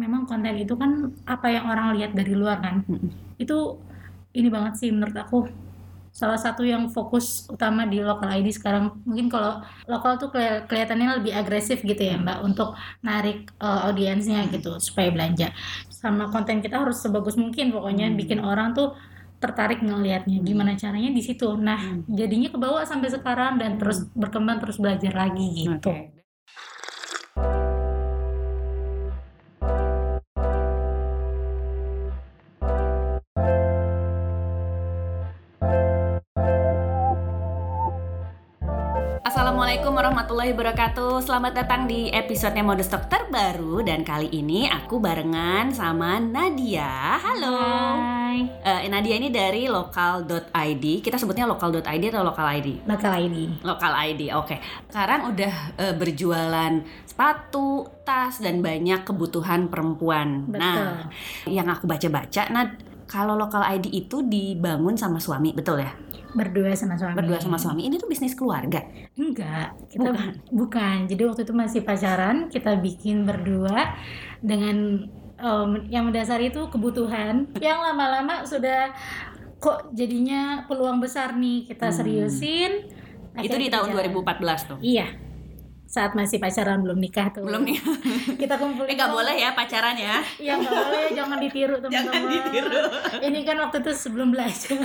memang konten itu kan apa yang orang lihat dari luar kan. Itu ini banget sih menurut aku. Salah satu yang fokus utama di Local ID sekarang, mungkin kalau lokal tuh kelihatannya lebih agresif gitu ya Mbak, untuk narik audiensnya gitu supaya belanja. Sama konten kita harus sebagus mungkin pokoknya, bikin orang tuh tertarik ngelihatnya. Gimana caranya di situ. Nah, jadinya kebawa sampai sekarang dan terus berkembang, terus belajar lagi gitu. Oke. Assalamualaikum warahmatullahi wabarakatuh. Selamat datang di episode Mode Stock terbaru. Dan kali ini aku barengan sama Nadia. Halo. Hai. Nadia ini dari local.id. Kita sebutnya local.id atau local ID? Local ID. Local ID, oke. Sekarang udah berjualan sepatu, tas, dan banyak kebutuhan perempuan. Betul. Nah, yang aku baca-baca, kalau Local ID itu dibangun sama suami, betul ya? Berdua sama suami. Ini tuh bisnis keluarga? Enggak, kita bukan. Jadi waktu itu masih pacaran, kita bikin berdua dengan yang mendasari itu kebutuhan. Yang lama-lama sudah kok jadinya peluang besar nih, kita seriusin. Itu di tahun 2014 tuh? Iya, saat masih pacaran, belum nikah tuh. Belum nih. Kita kumpulin. Nggak boleh ya pacaran ya? Iya, nggak boleh, jangan ditiru teman-teman. Jangan ditiru. Ini kan waktu itu sebelum belajar.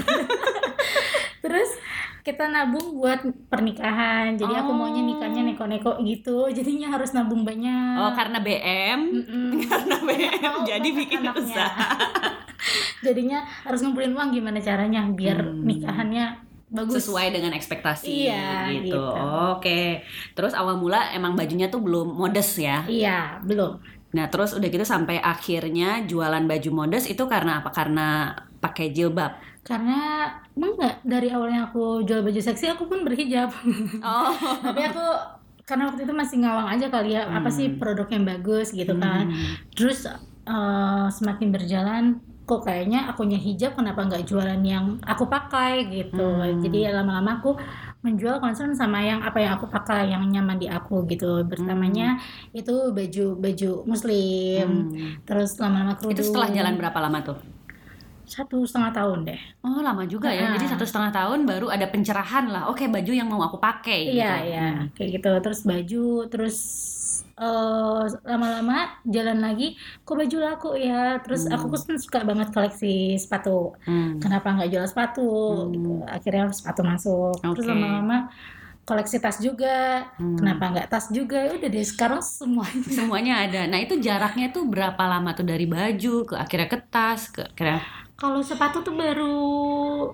Terus kita nabung buat pernikahan. Jadi aku maunya nikahnya neko-neko gitu. Jadinya harus nabung banyak. Oh, karena BM? Karena BM, jadi bikin usaha. Jadinya harus ngumpulin uang, gimana caranya biar nikahannya bagus, sesuai dengan ekspektasi. Iya, gitu. Oke. Terus awal mula emang bajunya tuh belum modest ya? Iya, belum. Nah, terus udah gitu sampai akhirnya jualan baju modest itu karena apa? Karena pakai jilbab? Karena enggak, dari awalnya aku jual baju seksi aku pun berhijab. Oh. Tapi aku karena waktu itu masih ngawang aja kali ya, apa sih produk yang bagus gitu kan. Terus semakin berjalan, kok kayaknya akunya hijab, kenapa nggak jualan yang aku pakai gitu. Jadi lama-lama aku menjual concern sama yang apa yang aku pakai, yang nyaman di aku gitu. Pertamanya itu baju muslim, terus lama-lama kerudung. Itu setelah jalan berapa lama tuh? 1,5 tahun deh. Oh, lama juga ya. Jadi 1,5 tahun baru ada pencerahan lah. Oke, baju yang mau aku pakai. Iya, kayak gitu. Terus baju, terus lama-lama jalan lagi, kok baju laku ya. Terus aku kan suka banget koleksi sepatu. Kenapa nggak jual sepatu? Gitu. Akhirnya sepatu masuk. Terus lama-lama koleksi tas juga. Kenapa nggak tas juga? Udah deh, sekarang semuanya ada. Nah, itu jaraknya tuh berapa lama tuh dari baju ke akhirnya ke tas ke akhirnya? Kalau sepatu tuh baru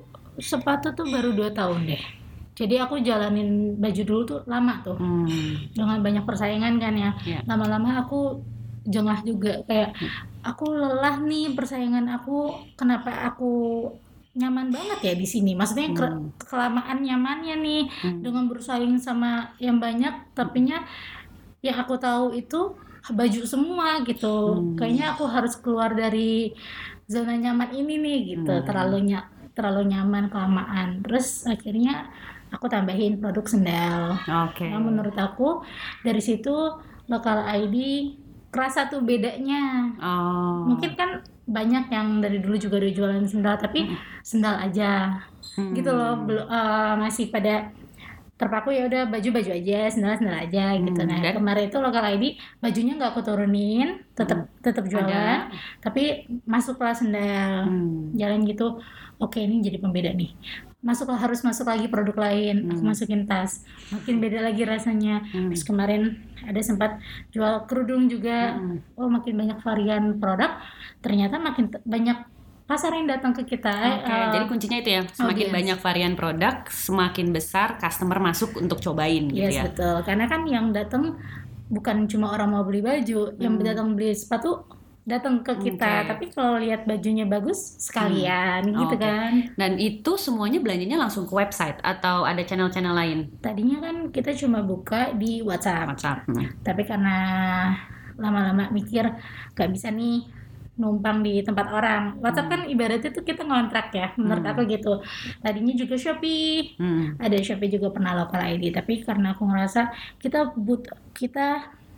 2 tahun deh. Jadi aku jalanin baju dulu tuh lama tuh, dengan banyak persaingan kan ya. Lama-lama aku jengah juga, kayak aku lelah nih persaingan aku. Kenapa aku nyaman banget ya di sini? Maksudnya kelamaan nyamannya nih dengan bersaing sama yang banyak, tapinya yang aku tahu itu baju semua gitu. Kayaknya aku harus keluar dari zona nyaman ini nih gitu. Terlalu nyaman kelamaan. Terus akhirnya aku tambahin produk sendal. Nah, menurut aku dari situ Local ID kerasa tuh bedanya. Mungkin kan banyak yang dari dulu juga udah jualan sendal, tapi sendal aja gitu loh, masih pada terpaku ya udah baju aja, sendal aja gitu. Nah, kemarin itu Local ID bajunya nggak aku turunin, tetap jualan, tapi masuklah sendal, jalan gitu. Oke, ini jadi pembeda nih. Harus masuk lagi produk lain. Aku masukin tas, makin beda lagi rasanya. Terus kemarin ada sempat jual kerudung juga. Oh, makin banyak varian produk. Ternyata makin banyak pasar yang datang ke kita. Jadi kuncinya itu ya, semakin banyak varian produk, semakin besar customer masuk untuk cobain gitu ya. Yes, betul. Karena kan yang datang bukan cuma orang mau beli baju, yang datang beli sepatu datang ke kita. Tapi kalau lihat bajunya bagus sekalian gitu kan. Dan itu semuanya belanjanya langsung ke website atau ada channel-channel lain? Tadinya kan kita cuma buka di WhatsApp. Tapi karena lama-lama mikir gak bisa nih numpang di tempat orang. WhatsApp kan ibaratnya tuh kita ngontrak ya, menurut aku gitu. Tadinya juga Shopee, ada Shopee juga pernah Local ID, tapi karena aku ngerasa kita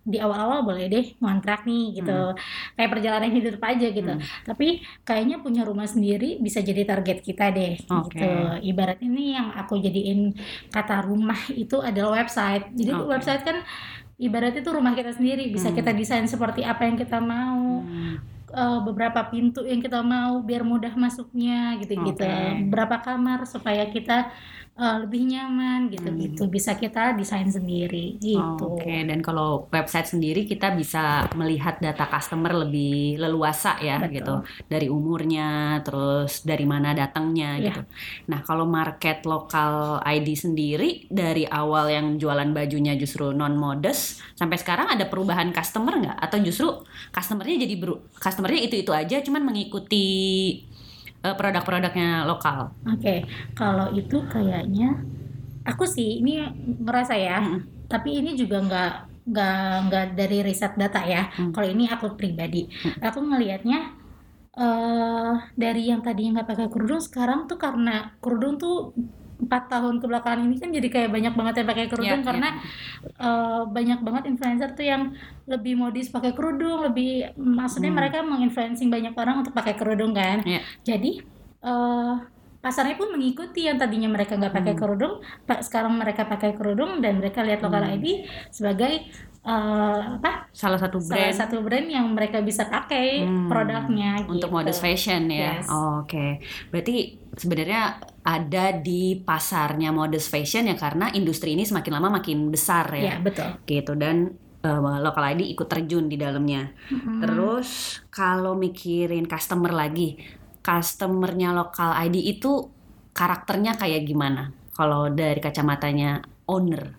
di awal-awal boleh deh ngontrak nih gitu, kayak perjalanan hidup aja gitu. Tapi kayaknya punya rumah sendiri bisa jadi target kita deh gitu. Ibarat ini yang aku jadiin kata rumah itu adalah website. Jadi website kan ibaratnya itu rumah kita sendiri, bisa kita desain seperti apa yang kita mau. Beberapa pintu yang kita mau biar mudah masuknya gitu-gitu. Berapa kamar supaya kita lebih nyaman gitu-gitu, bisa kita desain sendiri gitu. Dan kalau website sendiri kita bisa melihat data customer lebih leluasa ya. Betul. Gitu, dari umurnya, terus dari mana datangnya gitu. Nah kalau market lokal ID sendiri dari awal yang jualan bajunya justru non modest sampai sekarang ada perubahan customer nggak? Atau justru customernya jadi customernya itu aja, cuman mengikuti produk-produknya lokal. Kalau itu kayaknya aku sih ini ngerasa ya, tapi ini juga nggak dari riset data ya. Kalau ini aku pribadi, aku ngelihatnya dari yang tadinya nggak pakai kerudung, sekarang tuh karena kerudung tuh 4 tahun kebelakangan ini kan jadi kayak banyak banget yang pakai kerudung karena banyak banget influencer tuh yang lebih modis pakai kerudung, lebih maksudnya mereka menginfluencing banyak orang untuk pakai kerudung kan. Jadi pasarnya pun mengikuti yang tadinya mereka nggak pakai kerudung, sekarang mereka pakai kerudung dan mereka lihat lokal ID sebagai salah satu brand yang mereka bisa pakai produknya untuk gitu. modest fashion ya. Berarti sebenarnya ada di pasarnya modest fashion ya, karena industri ini semakin lama makin besar ya. Betul. Gitu, dan local ID ikut terjun di dalamnya. Terus kalau mikirin customer lagi, customernya local ID itu karakternya kayak gimana? Kalau dari kacamatanya owner?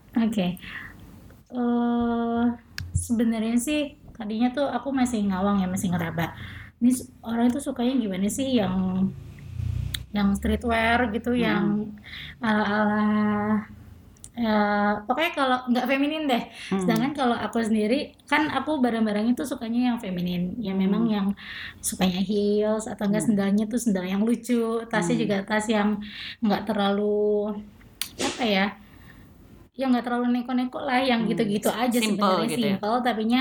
Sebenarnya sih tadinya tuh aku masih ngawang ya, masih ngeraba. Ini orang itu sukanya gimana sih, yang streetwear gitu, yang ala-ala pokoknya kalau nggak feminin deh. Sedangkan kalau aku sendiri kan aku barang-barang itu sukanya yang feminin, ya memang yang sukanya heels atau enggak sendalnya tuh sendal yang lucu, tasnya juga tas yang nggak terlalu yang nggak terlalu neko-neko lah, yang gitu-gitu aja sebenarnya, simple tapinya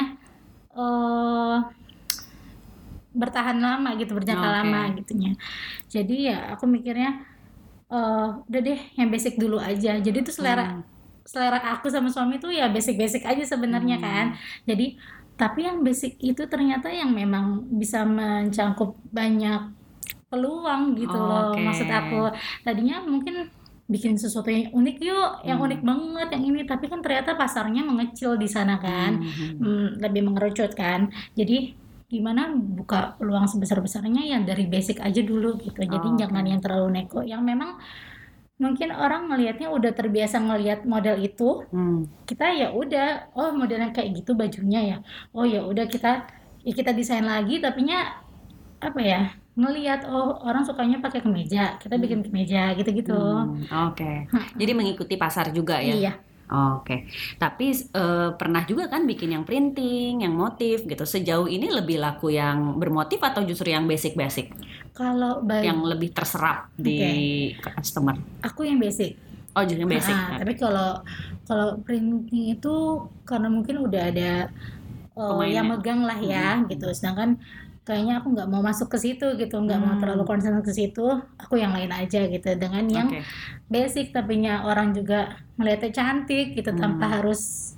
bertahan lama gitu, berjangka lama gitunya. Jadi ya aku mikirnya udah deh yang basic dulu aja. Jadi tuh selera aku sama suami tuh ya basic aja sebenarnya kan. Jadi tapi yang basic itu ternyata yang memang bisa mencangkup banyak peluang gitu loh. Maksud aku tadinya mungkin bikin sesuatu yang unik yang unik banget yang ini, tapi kan ternyata pasarnya mengecil di sana kan, lebih mengerucut kan. Jadi gimana buka peluang sebesar-besarnya yang dari basic aja dulu gitu. Jadi jangan yang terlalu neko, yang memang mungkin orang ngelihatnya udah terbiasa ngelihat model itu. Kita ya udah, modelnya kayak gitu bajunya ya. Ya udah kita desain lagi, tapinya ngelihat orang sukanya pakai kemeja, kita bikin kemeja gitu-gitu. Jadi mengikuti pasar juga ya. Iya. Tapi pernah juga kan bikin yang printing, yang motif gitu. Sejauh ini lebih laku yang bermotif atau justru yang basic-basic? Kalau yang lebih terserap di customer? Aku yang basic. Justru yang basic. Tapi kalau printing itu karena mungkin udah ada yang megang lah ya gitu. Sedangkan kayaknya aku nggak mau masuk ke situ gitu, nggak mau terlalu concern ke situ. Aku yang lain aja gitu, dengan yang basic tapinya orang juga melihatnya cantik gitu, tanpa harus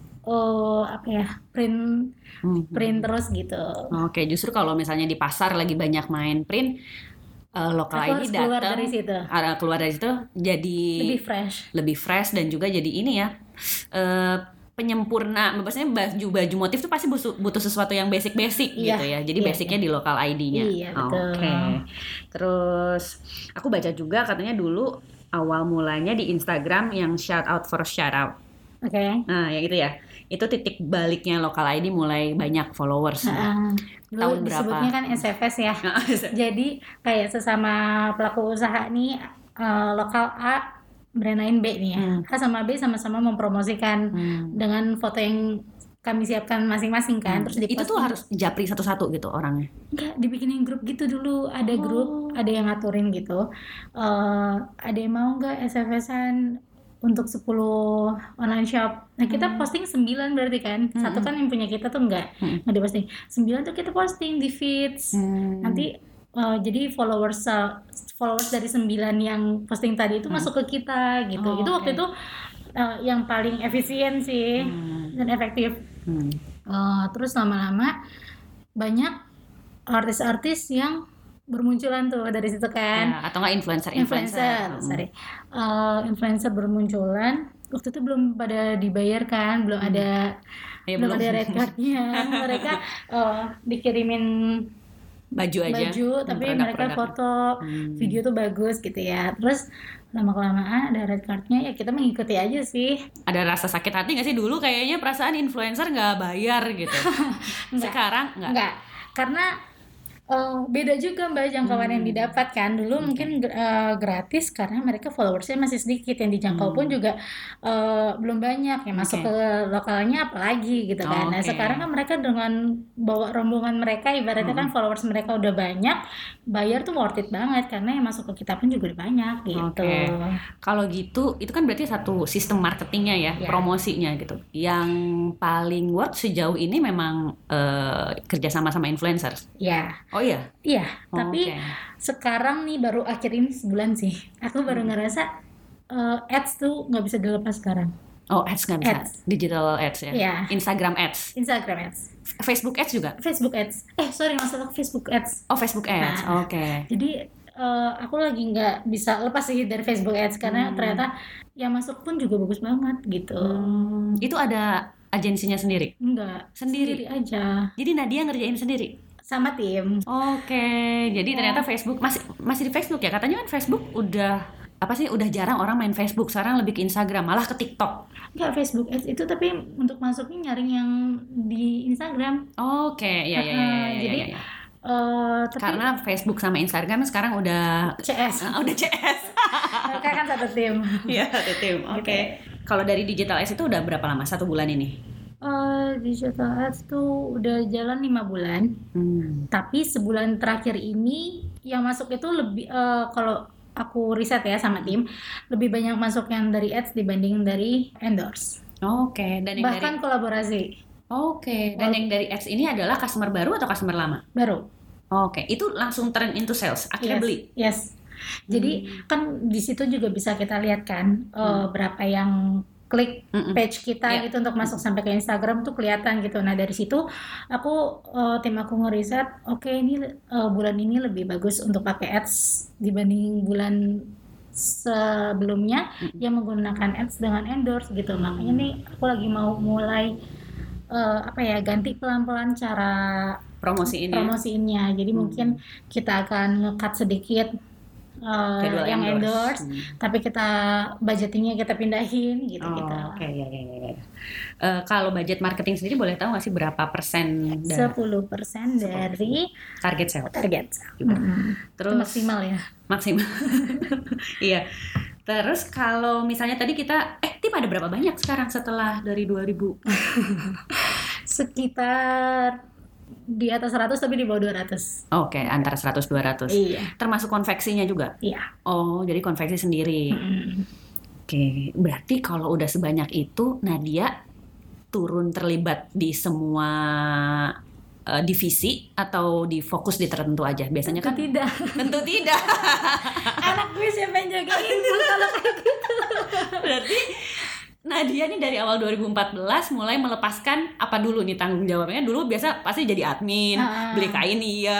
print terus gitu. Justru kalau misalnya di pasar lagi banyak main print, lokal ID datang keluar dari situ jadi lebih fresh dan juga jadi ini ya, penyempurna. Maksudnya baju motif tuh pasti butuh sesuatu yang basic gitu ya. Jadi basicnya di lokal ID-nya. Betul. Terus aku baca juga katanya dulu awal mulanya di Instagram yang shout out for shout out. Nah, yang itu ya. Itu titik baliknya lokal ID mulai banyak followers. Tahun berapa? Disebutnya kan SFS ya. Jadi kayak sesama pelaku usaha nih, lokal A brand lain B nih ya. A sama B sama-sama mempromosikan dengan foto yang kami siapkan masing-masing kan. Terus itu tuh harus japri satu-satu gitu orangnya? Enggak, dibikinin grup gitu dulu. Ada grup, ada yang ngaturin gitu. Ada yang mau nggak SFS-an untuk 10 online shop. Nah, kita posting 9 berarti kan. Satu kan yang punya kita tuh enggak diposting. 9 tuh kita posting di feeds. Nanti jadi followers dari 9 yang posting tadi itu masuk ke kita gitu. Itu waktu itu yang paling efisien sih dan efektif. Terus lama-lama banyak artis-artis yang bermunculan tuh dari situ kan. Atau nggak influencer. Influencer bermunculan. Waktu itu belum pada dibayar kan, belum ada red cardnya. Mereka dikirimin baju aja, tapi mereka foto, video tuh bagus gitu ya. Terus lama-kelamaan ada red cardnya, ya kita mengikuti aja sih. Ada rasa sakit hati nggak sih dulu? Kayaknya perasaan influencer nggak bayar gitu. Sekarang nggak. Karena beda juga Mbak jangkauan yang didapat kan. Dulu mungkin gratis karena mereka followersnya masih sedikit, yang dijangkau pun juga belum banyak, yang masuk ke lokalnya apalagi gitu kan. Nah sekarang kan mereka dengan bawa rombongan mereka, ibaratnya kan followers mereka udah banyak, bayar tuh worth it banget karena yang masuk ke kita pun juga udah banyak gitu. Kalau gitu itu kan berarti satu sistem marketingnya ya, promosinya gitu. Yang paling work sejauh ini memang kerjasama sama influencer. Oh iya? Iya, tapi sekarang nih baru akhir ini sebulan sih, aku baru ngerasa ads tuh nggak bisa dilepas sekarang. Oh, ads nggak bisa? Digital ads ya? Yeah. Instagram ads? Facebook ads juga? Facebook ads. Masalah Facebook ads. Oh, Facebook ads, Jadi aku lagi nggak bisa lepas sih dari Facebook ads karena ternyata yang masuk pun juga bagus banget gitu. Itu ada agensinya sendiri? Enggak, sendiri aja. Jadi Nadia ngerjain sendiri? Sama tim. Jadi ternyata Facebook masih di Facebook ya. Katanya kan Facebook udah jarang orang main Facebook. Sekarang lebih ke Instagram, malah ke TikTok. Enggak, Facebook Ads itu tapi untuk masuknya nyaring yang di Instagram. Jadi karena Facebook sama Instagram sekarang udah CS. Mereka kan satu tim. Iya, satu tim. Kalau dari digital ads itu udah berapa lama? 1 bulan ini? Digital ads tuh udah jalan 5 bulan. Tapi sebulan terakhir ini yang masuk itu lebih kalau aku riset ya sama tim, lebih banyak masuk yang dari ads dibanding dari endorse. Dan yang bahkan kolaborasi. Dan yang dari ads ini adalah customer baru atau customer lama? Baru. Itu langsung turn into sales, akhirnya beli. Yes. Jadi kan di situ juga bisa kita lihat kan berapa yang klik page kita gitu untuk masuk sampai ke Instagram tuh kelihatan gitu. Nah dari situ tim aku ngeriset, ini bulan ini lebih bagus untuk pakai ads dibanding bulan sebelumnya yang menggunakan ads dengan endorse gitu. Makanya nih aku lagi mau mulai ganti pelan-pelan cara promosiinnya. Jadi mungkin kita akan nge-cut sedikit yang endorse, tapi kita budgetingnya kita pindahin gitu. Kalau budget marketing sendiri boleh tahu nggak sih berapa persen? 10% dari target sales. Terus itu maksimal ya. Maksimal. Iya. Terus kalau misalnya tadi kita tim ada berapa banyak sekarang setelah dari 2000? Sekitar di atas 100 tapi di bawah 200. Antara 100-200. Iya. Termasuk konveksinya juga? Iya. Jadi konveksi sendiri. Berarti kalau udah sebanyak itu Nadia turun terlibat di semua divisi atau di fokus di tertentu aja? Biasanya Tentu tidak. Anak gue siapa yang jagain kalau kayak gitu. Berarti Nadia nih dari awal 2014 mulai melepaskan apa dulu nih tanggung jawabnya? Dulu biasa pasti jadi admin, beli kain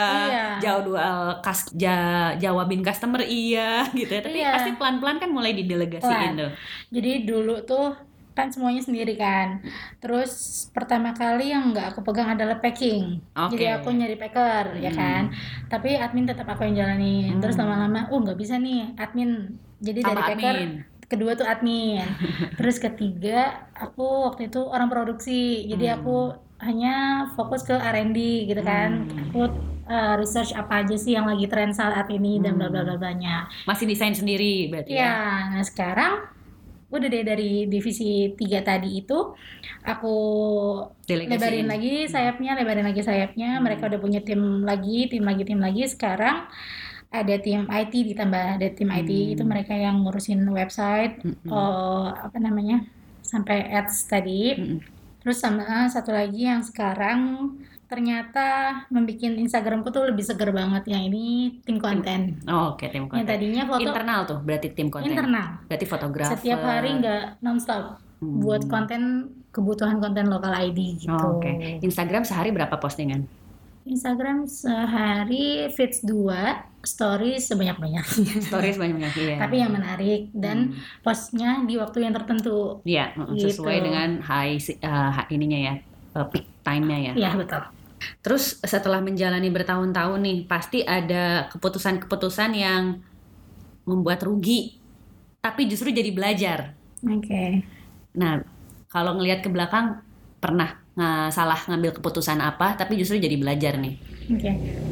jawabin customer gitu ya. Tapi pasti pelan-pelan kan mulai didelegasiin tuh. Jadi dulu tuh kan semuanya sendiri kan. Terus pertama kali yang nggak aku pegang adalah packing. Jadi aku nyari packer ya kan. Tapi admin tetap aku yang jalanin. Terus lama-lama nggak bisa nih admin. Jadi dari packer kedua tuh admin. Terus ketiga aku waktu itu orang produksi. Jadi aku hanya fokus ke R&D gitu kan. Aku research apa aja sih yang lagi tren saat ini dan bla bla bla nya. Masih desain sendiri berarti ya? Nah sekarang udah deh dari divisi 3 tadi itu aku lebarin lagi sayapnya. Mereka udah punya tim lagi. Sekarang ada tim IT, ditambah ada tim IT itu mereka yang ngurusin website, apa namanya, sampai ads tadi. Terus sama satu lagi yang sekarang ternyata membuat Instagramku tuh lebih seger banget, yang ini tim konten. Oke, tim konten. Yang tadinya foto internal tuh berarti tim konten. Internal. Berarti fotografer. Setiap hari nggak nonstop buat konten, kebutuhan konten lokal ID gitu. Oke. Instagram sehari berapa postingan? Instagram sehari feeds 2, stories sebanyak-banyaknya. Stories banyak-banyak, iya. Tapi yang menarik dan postnya di waktu yang tertentu. Iya, sesuai gitu. dengan ininya ya, peak time-nya ya. Iya, betul. Terus setelah menjalani bertahun-tahun nih, pasti ada keputusan-keputusan yang membuat rugi, tapi justru jadi belajar. Oke. Nah, kalau ngelihat ke belakang, pernah salah ngambil keputusan apa, tapi justru jadi belajar nih. Oke.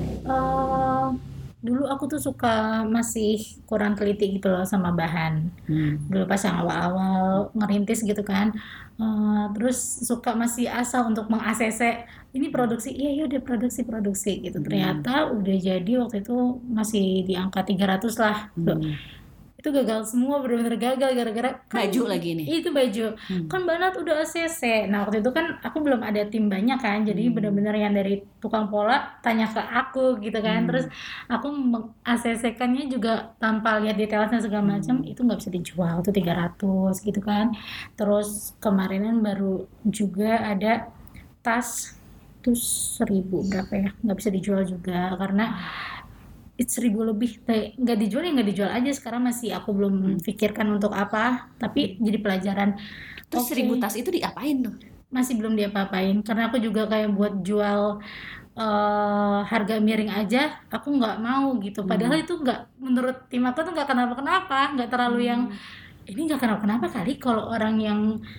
Dulu aku tuh suka masih kurang teliti gitu loh sama bahan. Dulu pas yang awal-awal ngerintis gitu kan, terus suka masih asal untuk meng-ACC ini produksi, iya udah produksi gitu. Ternyata udah jadi waktu itu masih di angka 300 lah. Itu gagal semua, benar-benar gagal gara-gara kan, baju lagi nih. Itu baju. Kan Banat udah ACC. Nah, waktu itu kan aku belum ada tim banyak kan. Jadi benar-benar yang dari tukang pola tanya ke aku gitu kan. Terus aku meng-ACC-kannya juga tanpa lihat detailnya segala macam, itu nggak bisa dijual. Itu 300 gitu kan. Terus kemarinan baru juga ada tas itu 1000 berapa ya? Nggak bisa dijual juga karena 1000 lebih, nggak dijual aja. Sekarang masih aku belum pikirkan untuk apa, tapi jadi pelajaran. Terus 1000 tas itu diapain tuh? Masih belum diapa-apain karena aku juga kayak buat jual harga miring aja aku nggak mau gitu. Padahal itu nggak, menurut tim aku tuh nggak kenapa-kenapa, nggak terlalu yang ini nggak kenapa-kenapa kali. Kalau orang yang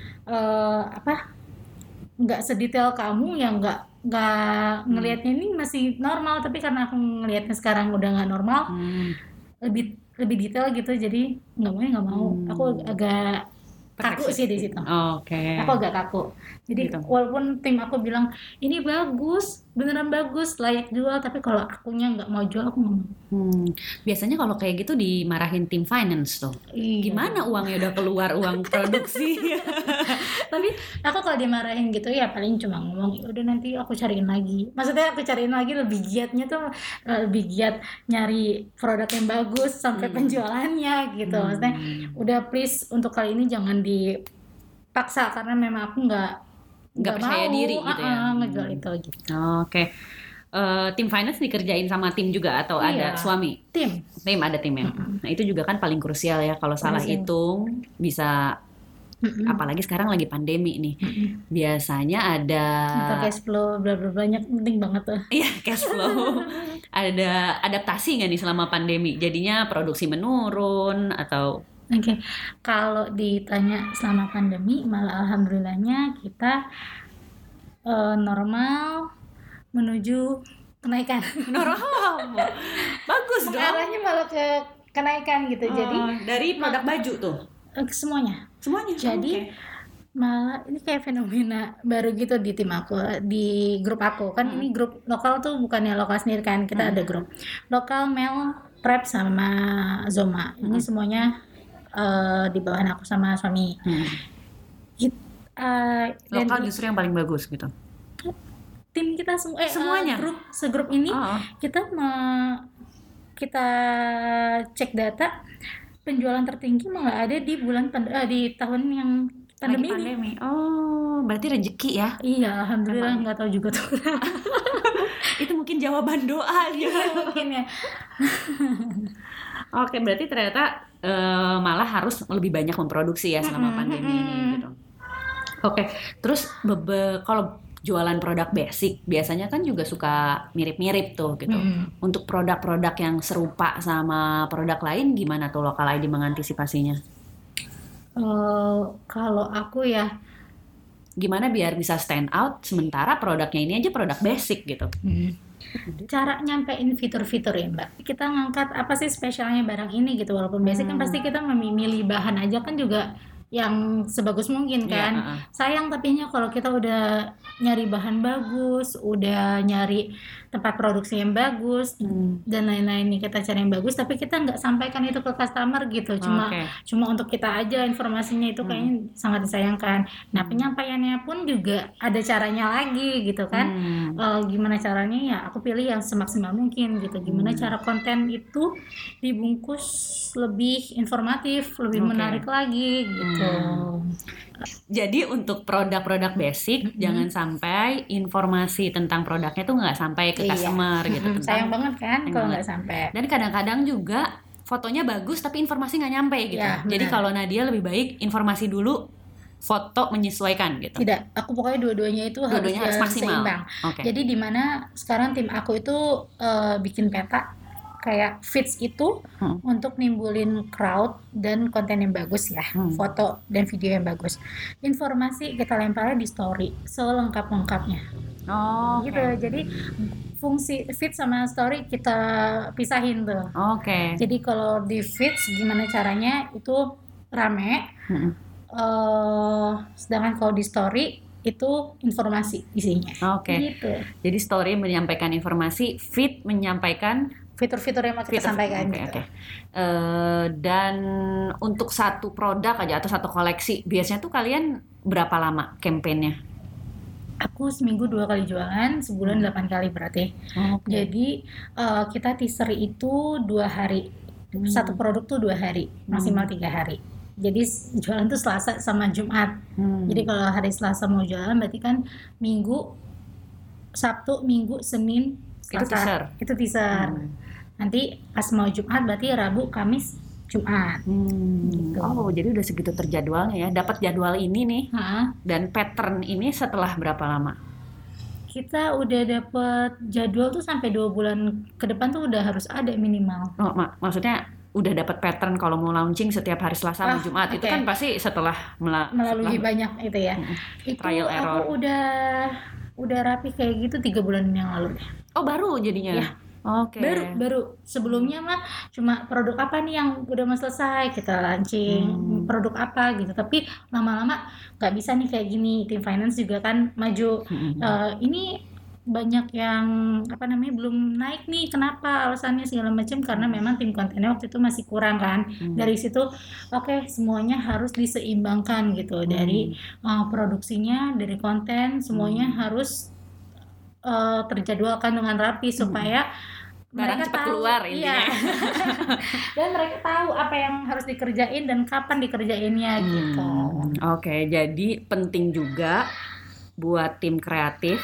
nggak sedetail kamu yang nggak ngelihatnya ini masih normal, tapi karena aku ngelihatnya sekarang udah nggak normal, lebih detail gitu, jadi nggak mau. Aku agak kaku sih di situ. Oke. Aku agak kaku. Jadi gitu. Walaupun tim aku bilang ini bagus, beneran bagus, layak jual, tapi kalau akunya nggak mau jual, aku nggak mau. Biasanya kalau kayak gitu dimarahin tim finance tuh. Iya. Gimana uangnya udah keluar, uang produksi? Tapi aku kalau dimarahin gitu ya paling cuma ngomong, udah nanti aku cariin lagi. Maksudnya aku cariin lagi, lebih giatnya tuh lebih giat nyari produk yang bagus sampai penjualannya gitu. Maksudnya udah please untuk kali ini jangan dipaksa karena memang aku nggak percaya diri gitu ya ngejual itu gitu. Oke. Tim finance dikerjain sama tim juga atau ada suami? Tim ada timnya. Nah itu juga kan paling krusial ya, kalau salah hitung bisa apalagi sekarang lagi pandemi nih. Biasanya ada cash flow banyak, penting banget tuh. Iya, cash flow. Ada adaptasi nggak nih selama pandemi? Jadinya produksi menurun atau? Oke. Kalau ditanya selama pandemi, malah alhamdulillahnya kita normal menuju kenaikan. Normal. Bagus dong. Arahnya malah ke kenaikan gitu. Jadi dari produk baju tuh. Semuanya. Jadi malah ini kayak fenomena baru gitu di tim aku, di grup aku. Kan ini grup lokal tuh bukannya lokal sendiri kan. Kita ada grup lokal, Mel, Prep sama Zoma. Ini semuanya di bawahan aku sama suami. Lokal justru yang paling bagus gitu. Tim kita semuanya segrup ini kita cek data, penjualan tertinggi malah ada di di tahun yang pandemi ini. Oh, berarti rezeki ya? Iya, alhamdulillah. Nggak tahu juga tuh. Itu mungkin jawaban doa dia. Mungkin ya. Oke, berarti ternyata malah harus lebih banyak memproduksi ya selama pandemi ini gitu. Oke, terus kalau jualan produk basic biasanya kan juga suka mirip-mirip tuh gitu. Untuk produk-produk yang serupa sama produk lain gimana tuh Lokal ID mengantisipasinya? Kalau aku ya gimana biar bisa stand out sementara produknya ini aja produk basic gitu. Cara nyampein fitur-fitur ya Mbak, kita ngangkat apa sih spesialnya barang ini gitu. Walaupun basic kan pasti kita memilih bahan aja kan juga yang sebagus mungkin kan. Sayang tapinya kalau kita udah nyari bahan bagus, udah nyari tempat produksi yang bagus dan lain-lain nih, kita cari yang bagus tapi kita nggak sampaikan itu ke customer gitu, cuma untuk kita aja informasinya, itu kayaknya sangat disayangkan. Nah penyampaiannya pun juga ada caranya lagi gitu kan. Gimana caranya ya, aku pilih yang semaksimal mungkin gitu. Gimana cara konten itu dibungkus lebih informatif, lebih menarik lagi gitu. Jadi untuk produk-produk basic jangan sampai informasi tentang produknya tuh nggak sampai ke customer gitu. Sayang banget kan kalau nggak sampai. Dan kadang-kadang juga fotonya bagus tapi informasi nggak nyampe gitu. Jadi kalau Nadia lebih baik informasi dulu, foto menyesuaikan gitu. Tidak, aku pokoknya dua-duanya itu harus maksimal. Seimbang. Jadi di mana sekarang tim aku itu bikin peta kayak feeds itu untuk nimbulin crowd dan konten yang bagus ya, foto dan video yang bagus. Informasi kita lemparnya di story selengkap-lengkapnya. Gitu. Jadi fungsi feed sama story kita pisahin tuh. Jadi kalau di feeds gimana caranya itu rame. Sedangkan kalau di story itu informasi isinya. Gitu. Jadi story menyampaikan informasi, feed menyampaikan fitur-fitur yang mau kita sampaikan gitu. Dan untuk satu produk aja atau satu koleksi biasanya tuh kalian berapa lama campaign-nya? Aku seminggu 2 kali jualan, sebulan 8 kali berarti. Jadi kita teaser itu 2 hari, satu produk tuh 2 hari, maksimal 3 hari. Jadi jualan tuh Selasa sama Jumat. Jadi kalau hari Selasa mau jualan berarti kan Minggu, Sabtu, Minggu, Senin, Selasa. Itu teaser. Nanti pas mau Jumat berarti Rabu, Kamis, Jumat. Gitu. Jadi udah segitu terjadwalnya ya. Dapat jadwal ini nih dan pattern ini setelah berapa lama? Kita udah dapat jadwal tuh sampai 2 bulan ke depan tuh udah harus ada minimal. Maksudnya udah dapat pattern kalau mau launching setiap hari Selasa sama Jumat. Itu kan pasti setelah melalui banyak itu ya. Itu trial error. Aku udah rapi kayak gitu 3 bulan yang lalu. Baru jadinya. Ya. Baru sebelumnya mah cuma produk apa nih yang udah mau selesai kita launching, produk apa gitu. Tapi lama-lama nggak bisa nih kayak gini. Tim finance juga kan maju. Ini banyak yang belum naik nih, kenapa alasannya segala macam, karena memang tim kontennya waktu itu masih kurang kan. Dari situ semuanya harus diseimbangkan gitu, dari produksinya, dari konten, semuanya harus terjadwalkan dengan rapi supaya mereka cepat keluar intinya. Dan mereka tahu apa yang harus dikerjain dan kapan dikerjainnya gitu. Jadi penting juga buat tim kreatif.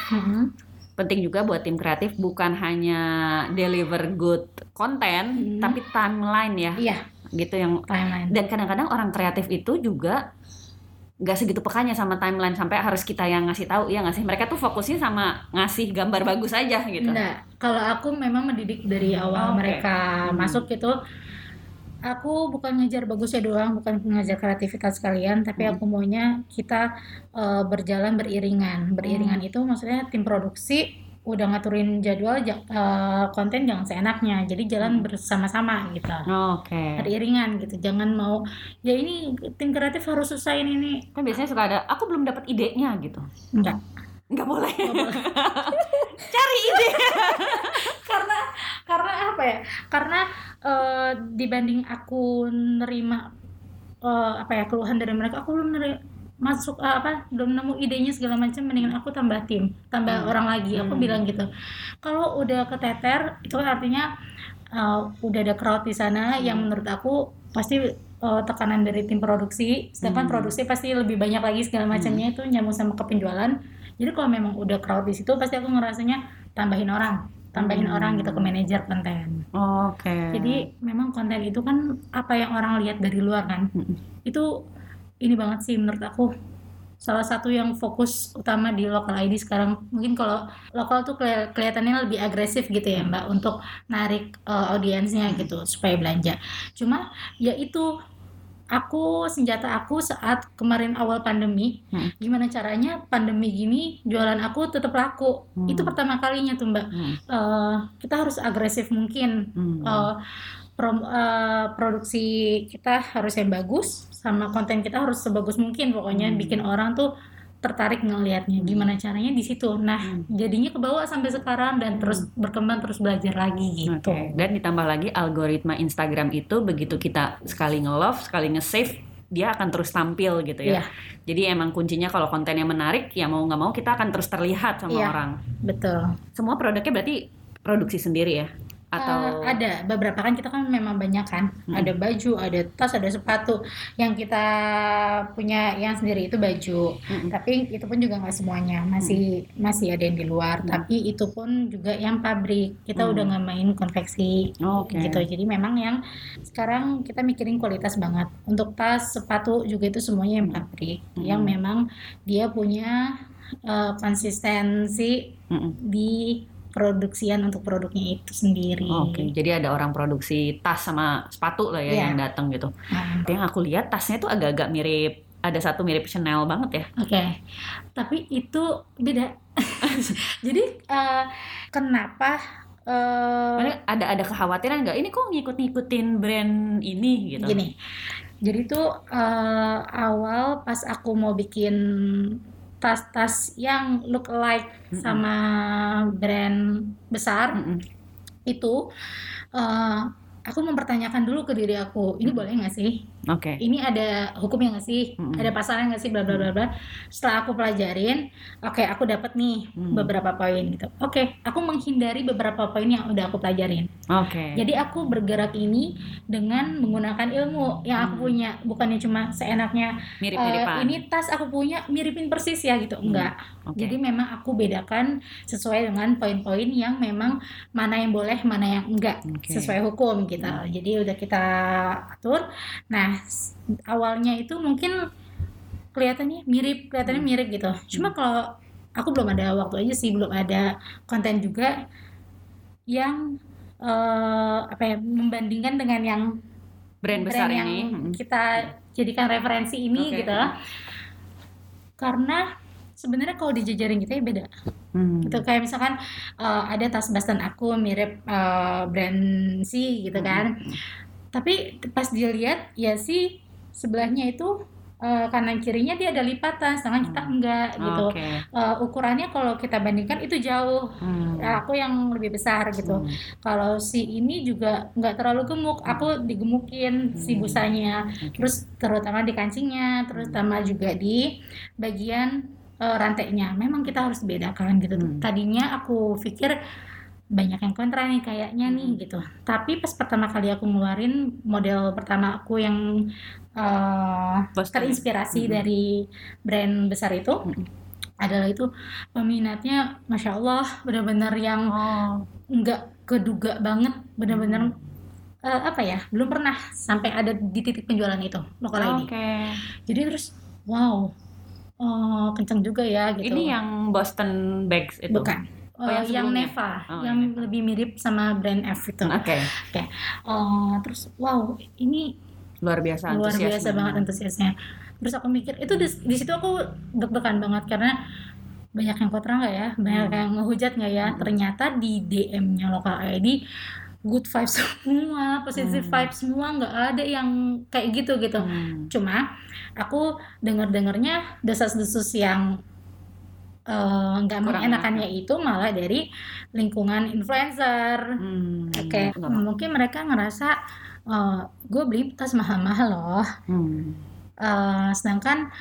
Bukan hanya deliver good konten, tapi timeline ya. Gitu yang timeline. Dan kadang-kadang orang kreatif itu juga nggak segitu pekanya sama timeline sampai harus kita yang ngasih tahu, ya nggak sih? Mereka tuh fokusnya sama ngasih gambar bagus aja gitu. Nah, kalau aku memang mendidik dari awal mereka masuk gitu. Aku bukan ngejar bagusnya doang, bukan ngejar kreativitas kalian, tapi aku maunya kita berjalan beriringan. Beriringan itu maksudnya tim produksi udah ngaturin jadwal konten jangan seenaknya, jadi jalan bersama-sama gitu. Beriringan gitu, jangan mau ya ini tim kreatif harus selesaiin ini. Kan biasanya suka ada aku belum dapat idenya gitu. Nggak boleh. Cari ide. karena apa ya? Karena dibanding aku nerima keluhan dari mereka, aku belum belum nemu idenya segala macam, mendingan aku tambah tim, tambah orang lagi. Aku bilang gitu. Kalau udah keteter itu artinya udah ada crowd di sana yang menurut aku pasti tekanan dari tim produksi, sedangkan produksi pasti lebih banyak lagi segala macamnya, itu nyambung sama ke penjualan. Jadi kalau memang udah crowd di situ pasti aku ngerasanya tambahin orang gitu ke manajer konten. Jadi memang konten itu kan apa yang orang lihat dari luar kan. Itu ini banget sih menurut aku, salah satu yang fokus utama di Local ID sekarang. Mungkin kalau lokal tuh kelihatannya lebih agresif gitu ya Mbak, untuk narik audiensnya gitu supaya belanja. Cuma ya itu senjata aku saat kemarin awal pandemi. Gimana caranya pandemi gini jualan aku tetap laku. Itu pertama kalinya tuh Mbak. Kita harus agresif mungkin. produksi kita harus yang bagus, sama konten kita harus sebagus mungkin pokoknya, bikin orang tuh tertarik ngelihatnya. Gimana caranya di situ. Nah, jadinya kebawa sampai sekarang dan terus berkembang, terus belajar lagi gitu. Dan ditambah lagi algoritma Instagram itu begitu kita sekali nge-love, sekali nge-save, dia akan terus tampil gitu ya. Jadi emang kuncinya kalau kontennya menarik, ya mau nggak mau kita akan terus terlihat sama orang. Betul. Semua produknya berarti produksi sendiri ya? Atau ada beberapa kan, kita kan memang banyak kan, ada baju, ada tas, ada sepatu. Yang kita punya yang sendiri itu baju, tapi itu pun juga nggak semuanya, masih ada yang di luar, tapi itu pun juga yang pabrik. Kita udah nggak main konveksi gitu. Jadi memang yang sekarang kita mikirin kualitas banget. Untuk tas, sepatu juga itu semuanya yang pabrik, yang memang dia punya konsistensi di produksian untuk produknya itu sendiri. Jadi ada orang produksi tas sama sepatu lah ya yang datang gitu. Yang aku lihat tasnya tuh agak-agak mirip, ada satu mirip Chanel banget ya. Tapi itu beda. Jadi kenapa? Ada kekhawatiran nggak? Ini kok ngikut-ngikutin brand ini gitu? Gini, jadi tuh awal pas aku mau bikin tas-tas yang look alike sama brand besar, itu aku mempertanyakan dulu ke diri aku, ini boleh nggak sih? Ini ada hukumnya nggak sih? Ada pasalnya nggak sih? Bla bla bla bla. Setelah aku pelajarin, aku dapat nih beberapa poin gitu. Aku menghindari beberapa poin yang udah aku pelajarin. Jadi aku bergerak ini dengan menggunakan ilmu yang aku punya, bukannya cuma seenaknya ini tas aku punya miripin persis ya gitu, enggak. Jadi memang aku bedakan sesuai dengan poin-poin yang memang mana yang boleh, mana yang enggak, sesuai hukum gitu. Jadi udah kita atur. Nah, awalnya itu mungkin kelihatannya mirip gitu. Cuma kalau aku belum ada waktu aja sih, belum ada konten juga yang membandingkan dengan yang brand besar yang ini kita jadikan referensi ini gitu. Karena sebenarnya kalau dijajarin kita ya beda. Gitu, kayak misalkan ada tas Boston aku mirip brand C gitu kan. Tapi pas dilihat ya sih sebelahnya itu kanan kirinya dia ada lipatan, sedangkan kita enggak gitu. Ukurannya kalau kita bandingkan itu jauh. Aku yang lebih besar gitu. Kalau si ini juga nggak terlalu gemuk, aku digemukin si busanya. Terus terutama di kancingnya, terutama juga di bagian rantainya. Memang kita harus bedakan gitu. Tadinya aku pikir banyak yang kontra nih kayaknya nih gitu. Tapi pas pertama kali aku ngeluarin model pertama aku yang terinspirasi dari brand besar itu, adalah itu peminatnya Masya Allah benar-benar yang nggak keduga banget, benar-benar belum pernah sampai ada di titik penjualan itu lokal ini. Jadi terus wow, kenceng juga ya gitu. Ini yang Boston Bags itu? Bukan. Yang Neva, yang lebih mirip sama brand F itu. Terus wow, ini luar biasa banget antusiasnya. Terus aku mikir itu di situ aku deg-degan banget karena banyak yang kontra nggak ya, banyak yang ngehujat nggak ya. Ternyata di DM-nya Lokal ID good vibes semua, positive vibes semua, nggak ada yang kayak gitu. Cuma aku dengarnya desas-desus yang nggak mengenakannya itu malah dari lingkungan influencer. Mungkin mereka ngerasa gue beli tas mahal-mahal loh, sedangkan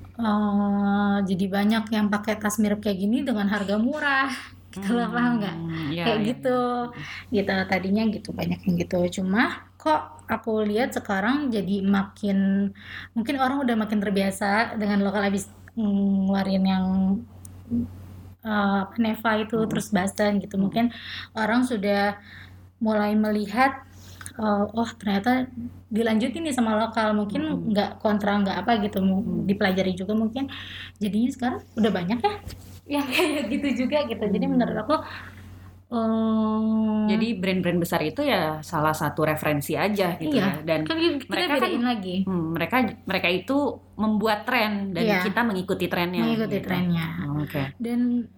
jadi banyak yang pakai tas mirip kayak gini dengan harga murah gitu loh, paham nggak? Gitu. Tadinya gitu, banyak yang gitu. Cuma kok aku lihat sekarang jadi mungkin orang udah makin terbiasa dengan Lokal habis ngeluarin yang Neva itu, terus Boston gitu. Mungkin orang sudah mulai melihat ternyata dilanjutin nih sama Lokal, mungkin nggak kontra, nggak apa gitu, dipelajari juga mungkin. Jadinya sekarang udah banyak ya yang kayak gitu juga gitu. Jadi menurut aku jadi brand-brand besar itu ya salah satu referensi aja gitu ya. Dan kan mereka bedain lagi. Mereka itu membuat tren dan kita mengikuti trennya. Dan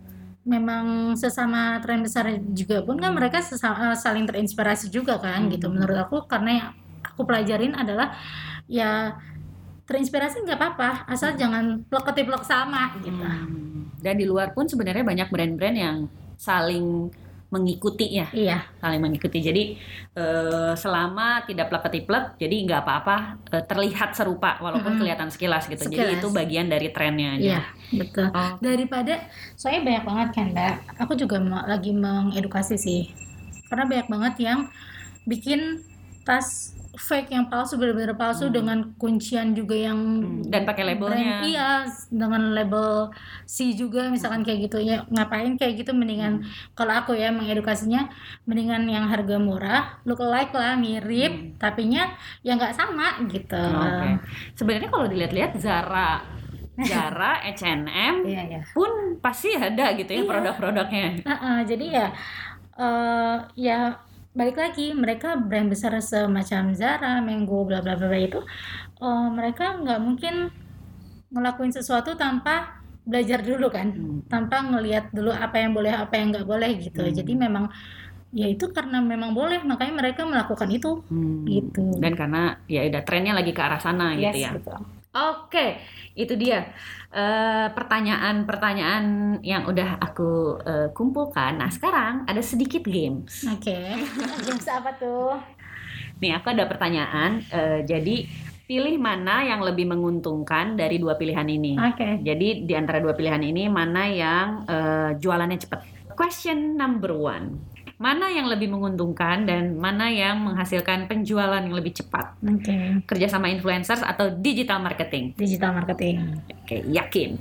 memang sesama tren besar juga pun kan mereka saling terinspirasi juga kan gitu. Menurut aku, karena yang aku pelajarin adalah ya terinspirasi nggak apa-apa, asal jangan plek-ketiplek sama gitu. Dan di luar pun sebenarnya banyak brand-brand yang saling mengikuti ya. Iya. Saling mengikuti. Jadi selama tidak plek-ketiplek, jadi nggak apa-apa terlihat serupa walaupun kelihatan sekilas gitu. Jadi itu bagian dari trennya aja. Iya, betul. Daripada soalnya banyak banget kan, Mbak. Aku juga lagi mengedukasi sih. Karena banyak banget yang bikin tas fake yang palsu, benar-benar palsu dengan kuncian juga yang dan pakai labelnya. Iya, dengan label C juga misalkan kayak gitu ya. Ngapain kayak gitu, mendingan kalau aku ya mengedukasinya, mendingan yang harga murah, look alike lah, mirip, tapinya ya nggak sama gitu. Sebenarnya kalau dilihat-lihat Zara, H&M pun pasti ada gitu ya produk-produknya. Jadi ya balik lagi, mereka brand besar semacam Zara, Mango, bla bla bla itu, mereka nggak mungkin ngelakuin sesuatu tanpa belajar dulu kan, tanpa ngelihat dulu apa yang boleh, apa yang nggak boleh gitu. Jadi memang ya itu karena memang boleh, makanya mereka melakukan itu gitu. Dan karena ya udah trennya lagi ke arah sana gitu ya. Betul. Oke, itu dia pertanyaan-pertanyaan yang udah aku kumpulkan. Nah, sekarang ada sedikit games. Oke. Games apa tuh? Nih, aku ada pertanyaan. Jadi, pilih mana yang lebih menguntungkan dari dua pilihan ini. Jadi, di antara dua pilihan ini, mana yang jualannya cepat? Question number 1. Mana yang lebih menguntungkan dan mana yang menghasilkan penjualan yang lebih cepat? Kerja sama influencers atau digital marketing? Digital marketing. Oke, yakin.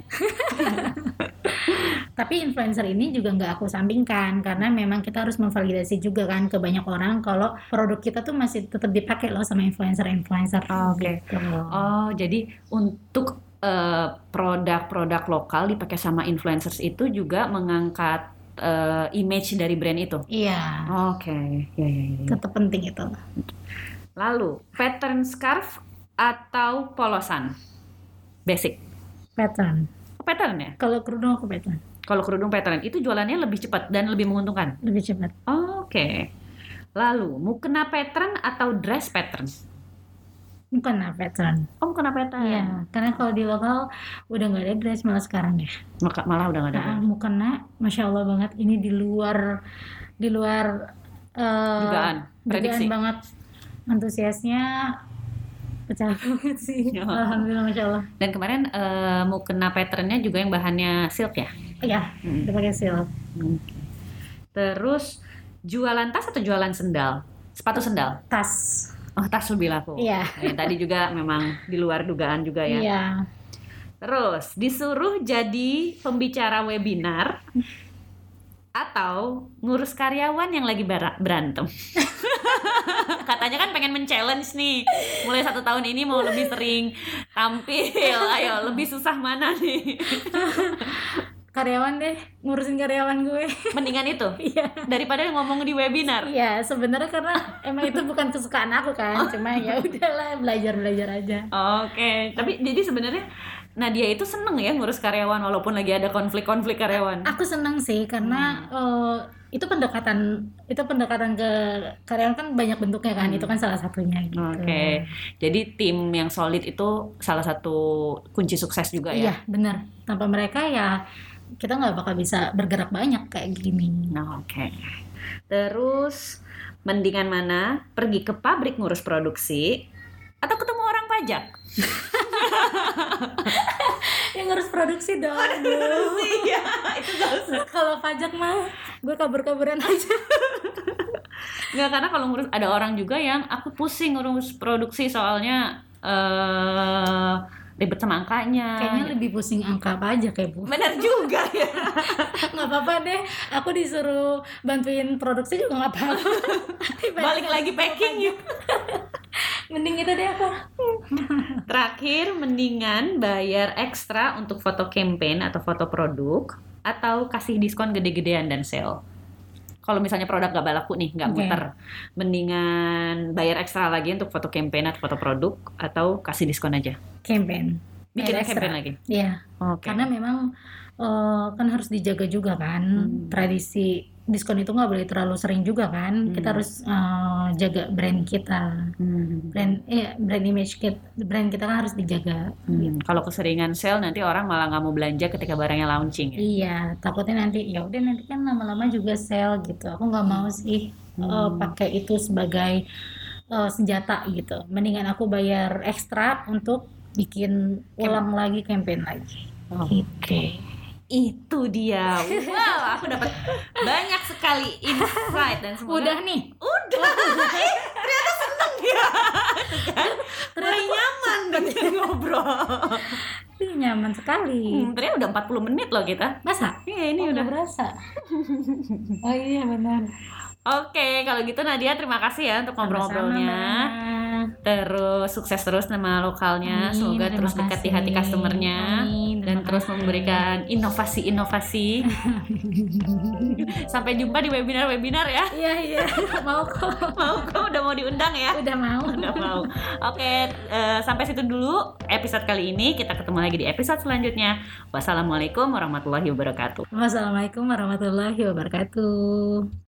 Tapi influencer ini juga nggak aku sampingkan, karena memang kita harus memvalidasi juga kan ke banyak orang kalau produk kita tuh masih tetap dipakai loh sama influencer-influencer. Gitu. Oh, jadi untuk produk-produk lokal dipakai sama influencers itu juga mengangkat image dari brand itu. Iya. Oke. Ya. Tetap penting itu. Lalu, pattern scarf atau polosan? Basic. Pattern. Pattern ya? Kalau kerudung aku pattern. Kalau kerudung pattern itu jualannya lebih cepat dan lebih menguntungkan. Lebih cepat. Oke. Lalu, mukena pattern atau dress pattern? Mukena pattern. Oh, mukena pattern. Iya, karena kalau di lokal udah nggak ada dress malah sekarang ya. Malah udah nggak ada. Mukena, masya Allah banget. Ini di luar dugaan banget. Antusiasnya pecah banget sih. Alhamdulillah, masya Allah. Dan kemarin mukena patternnya juga yang bahannya silk ya? Iya, udah pakai silk. Terus jualan tas atau jualan sendal? Sepatu sendal? Tas. Oh, tas lebih laku. Iya. Tadi juga memang di luar dugaan juga ya. Iya. Terus disuruh jadi pembicara webinar atau ngurus karyawan yang lagi berantem. Katanya kan pengen men-challenge nih. Mulai 1 tahun ini mau lebih sering tampil. Ayo, lebih susah mana nih? Karyawan deh, ngurusin karyawan gue. Mendingan itu? Iya. Daripada ngomong di webinar. Iya, sebenarnya karena emang itu bukan kesukaan aku kan. Cuma ya udahlah, belajar aja. Oke. Tapi jadi sebenarnya Nadia itu seneng ya ngurus karyawan walaupun lagi ada konflik karyawan. Aku seneng sih karena itu pendekatan ke karyawan kan banyak bentuknya kan. Itu kan salah satunya gitu. Oke. Jadi tim yang solid itu salah satu kunci sukses juga ya. Iya, benar. Tanpa mereka ya kita nggak bakal bisa bergerak banyak kayak gini. Oke. Terus mendingan mana? Pergi ke pabrik ngurus produksi atau ketemu orang pajak? Yang ngurus produksi dong. Iya, itu gak usah. Kalau pajak mah gue kabur-kaburan aja. Nggak, karena kalau ngurus ada orang juga yang aku pusing ngurus produksi soalnya ribet sama angkanya. Kayaknya lebih pusing angka pajak ya, Bu. Benar juga ya. Nggak apa-apa deh, aku disuruh bantuin produksi juga nggak apa-apa. Balik lagi packing yuk. Mending itu deh aku. Terakhir, mendingan bayar ekstra untuk foto campaign atau foto produk atau kasih diskon gede-gedean dan sale. Kalau misalnya produk gak laku nih, gak muter, mendingan bayar ekstra lagi untuk foto campaign atau foto produk atau kasih diskon aja? Campaign. bikin campaign lagi. Iya. Karena memang kan harus dijaga juga kan tradisi diskon itu nggak boleh terlalu sering juga kan. Kita harus jaga brand kita, brand image kita kan harus dijaga. Kalau keseringan sale nanti orang malah nggak mau belanja ketika barangnya launching. Iya, takutnya nanti ya udah nanti kan lama-lama juga sale gitu. Aku nggak mau sih pakai itu sebagai senjata gitu. Mendingan aku bayar ekstra untuk bikin ulang lagi campaign lagi. Oke. Itu dia. Wow, aku dapat banyak sekali insight dan semoga udah. Ternyata seneng ya. Ternyata nyaman gitu ngobrol. Nyaman sekali. Ternyata udah 40 menit loh kita. Masa? Iya, ini udah berasa. Oh iya benar. Oke, kalau gitu Nadia terima kasih ya untuk ngobrol-ngobrolnya. Terus sukses terus nama lokalnya. Semoga terus dekat di hati customernya. Dan terus memberikan inovasi-inovasi. Sampai jumpa di webinar-webinar ya. Iya. Mau kok udah mau diundang ya. Udah mau. Oke, sampai situ dulu episode kali ini. Kita ketemu lagi di episode selanjutnya. Wassalamualaikum warahmatullahi wabarakatuh. Wassalamualaikum warahmatullahi wabarakatuh.